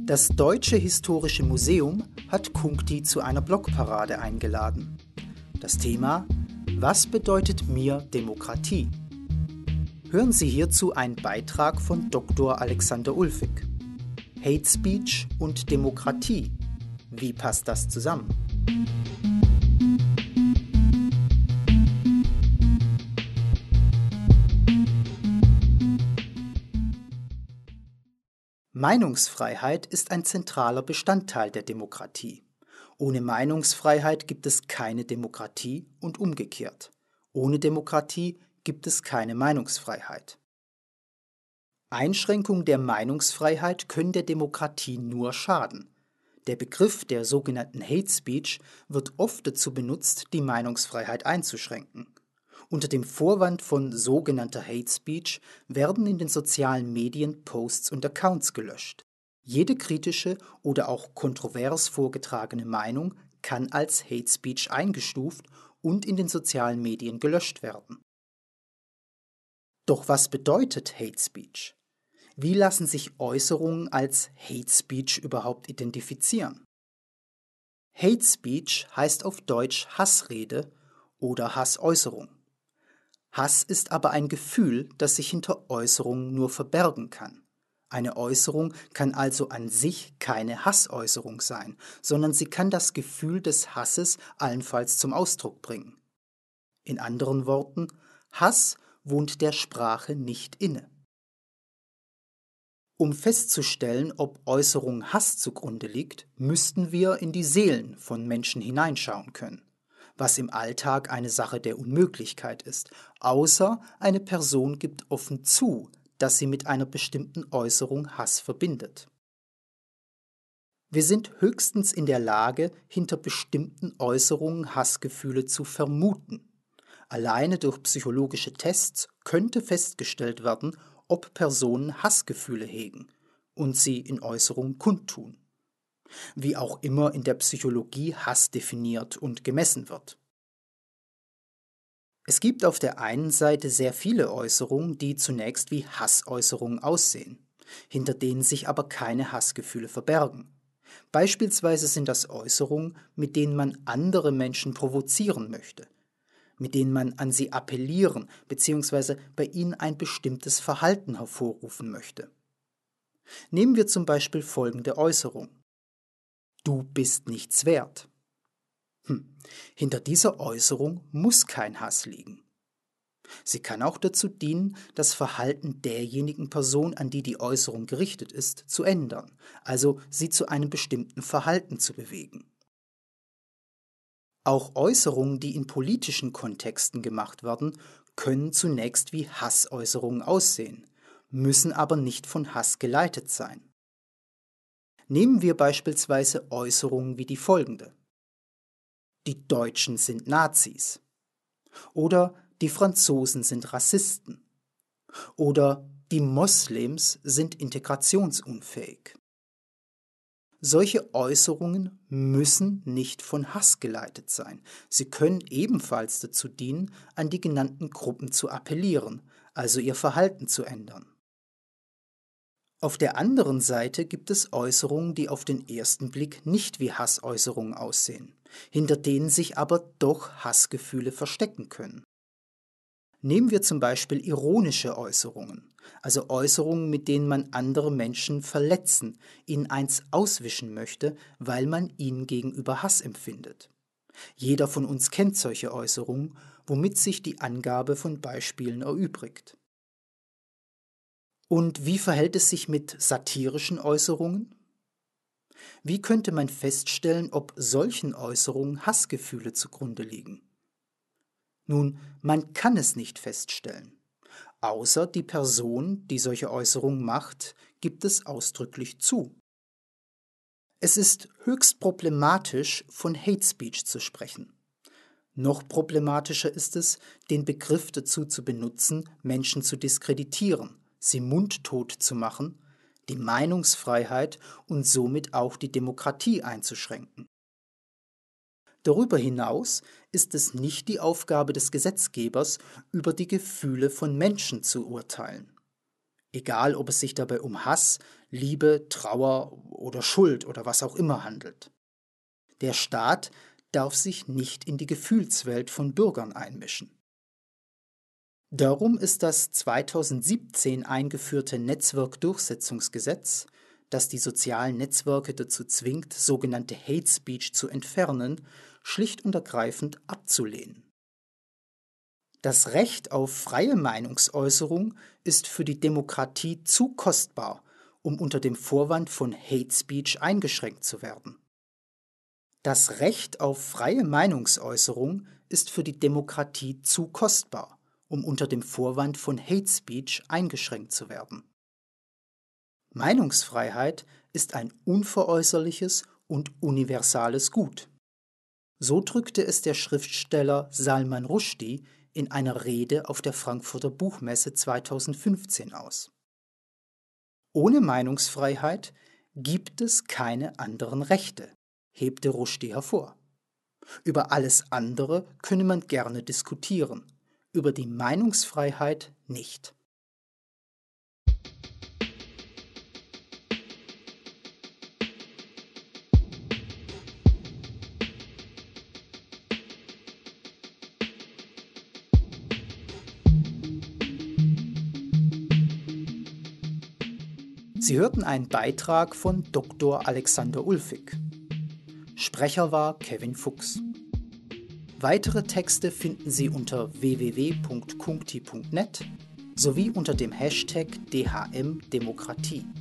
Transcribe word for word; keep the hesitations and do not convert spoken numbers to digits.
Das Deutsche Historische Museum hat Cuncti zu einer Blogparade eingeladen. Das Thema: Was bedeutet mir Demokratie? Hören Sie hierzu einen Beitrag von Doktor Alexander Ulfig. Hate Speech und Demokratie. Wie passt das zusammen? Meinungsfreiheit ist ein zentraler Bestandteil der Demokratie. Ohne Meinungsfreiheit gibt es keine Demokratie und umgekehrt. Ohne Demokratie gibt es keine Meinungsfreiheit. Einschränkungen der Meinungsfreiheit können der Demokratie nur schaden. Der Begriff der sogenannten Hate Speech wird oft dazu benutzt, die Meinungsfreiheit einzuschränken. Unter dem Vorwand von sogenannter Hate Speech werden in den sozialen Medien Posts und Accounts gelöscht. Jede kritische oder auch kontrovers vorgetragene Meinung kann als Hate Speech eingestuft und in den sozialen Medien gelöscht werden. Doch was bedeutet Hate Speech? Wie lassen sich Äußerungen als Hate Speech überhaupt identifizieren? Hate Speech heißt auf Deutsch Hassrede oder Hassäußerung. Hass ist aber ein Gefühl, das sich hinter Äußerungen nur verbergen kann. Eine Äußerung kann also an sich keine Hassäußerung sein, sondern sie kann das Gefühl des Hasses allenfalls zum Ausdruck bringen. In anderen Worten, Hass wohnt der Sprache nicht inne. Um festzustellen, ob Äußerung Hass zugrunde liegt, müssten wir in die Seelen von Menschen hineinschauen können, was im Alltag eine Sache der Unmöglichkeit ist, außer eine Person gibt offen zu, dass sie mit einer bestimmten Äußerung Hass verbindet. Wir sind höchstens in der Lage, hinter bestimmten Äußerungen Hassgefühle zu vermuten. Alleine durch psychologische Tests könnte festgestellt werden, ob Personen Hassgefühle hegen und sie in Äußerungen kundtun. Wie auch immer in der Psychologie Hass definiert und gemessen wird. Es gibt auf der einen Seite sehr viele Äußerungen, die zunächst wie Hassäußerungen aussehen, hinter denen sich aber keine Hassgefühle verbergen. Beispielsweise sind das Äußerungen, mit denen man andere Menschen provozieren möchte, mit denen man an sie appellieren bzw. bei ihnen ein bestimmtes Verhalten hervorrufen möchte. Nehmen wir zum Beispiel folgende Äußerung: Du bist nichts wert. Hm. Hinter dieser Äußerung muss kein Hass liegen. Sie kann auch dazu dienen, das Verhalten derjenigen Person, an die die Äußerung gerichtet ist, zu ändern, also sie zu einem bestimmten Verhalten zu bewegen. Auch Äußerungen, die in politischen Kontexten gemacht werden, können zunächst wie Hassäußerungen aussehen, müssen aber nicht von Hass geleitet sein. Nehmen wir beispielsweise Äußerungen wie die folgende: Die Deutschen sind Nazis. Oder die Franzosen sind Rassisten. Oder die Moslems sind integrationsunfähig. Solche Äußerungen müssen nicht von Hass geleitet sein. Sie können ebenfalls dazu dienen, an die genannten Gruppen zu appellieren, also ihr Verhalten zu ändern. Auf der anderen Seite gibt es Äußerungen, die auf den ersten Blick nicht wie Hassäußerungen aussehen, hinter denen sich aber doch Hassgefühle verstecken können. Nehmen wir zum Beispiel ironische Äußerungen, also Äußerungen, mit denen man andere Menschen verletzen, ihnen eins auswischen möchte, weil man ihnen gegenüber Hass empfindet. Jeder von uns kennt solche Äußerungen, womit sich die Angabe von Beispielen erübrigt. Und wie verhält es sich mit satirischen Äußerungen? Wie könnte man feststellen, ob solchen Äußerungen Hassgefühle zugrunde liegen? Nun, man kann es nicht feststellen. Außer die Person, die solche Äußerungen macht, gibt es ausdrücklich zu. Es ist höchst problematisch, von Hate Speech zu sprechen. Noch problematischer ist es, den Begriff dazu zu benutzen, Menschen zu diskreditieren, sie mundtot zu machen, die Meinungsfreiheit und somit auch die Demokratie einzuschränken. Darüber hinaus ist es nicht die Aufgabe des Gesetzgebers, über die Gefühle von Menschen zu urteilen. egal ob es sich dabei um Hass, Liebe, Trauer oder Schuld oder was auch immer handelt. Der Staat darf sich nicht in die Gefühlswelt von Bürgern einmischen. Darum ist das zweitausendsiebzehn eingeführte Netzwerkdurchsetzungsgesetz, das die sozialen Netzwerke dazu zwingt, sogenannte Hate Speech zu entfernen, schlicht und ergreifend abzulehnen. Das Recht auf freie Meinungsäußerung ist für die Demokratie zu kostbar, um unter dem Vorwand von Hate Speech eingeschränkt zu werden. Das Recht auf freie Meinungsäußerung ist für die Demokratie zu kostbar, um unter dem Vorwand von Hate Speech eingeschränkt zu werden. Meinungsfreiheit ist ein unveräußerliches und universales Gut. So drückte es der Schriftsteller Salman Rushdie in einer Rede auf der Frankfurter Buchmesse zweitausendfünfzehn aus. Ohne Meinungsfreiheit gibt es keine anderen Rechte, hebte Rushdie hervor. Über alles andere könne man gerne diskutieren, über die Meinungsfreiheit nicht. Sie hörten einen Beitrag von Doktor Alexander Ulfig. Sprecher war Kevin Fuchs. Weitere Texte finden Sie unter w w w punkt kunkti punkt net sowie unter dem Hashtag D H M Demokratie.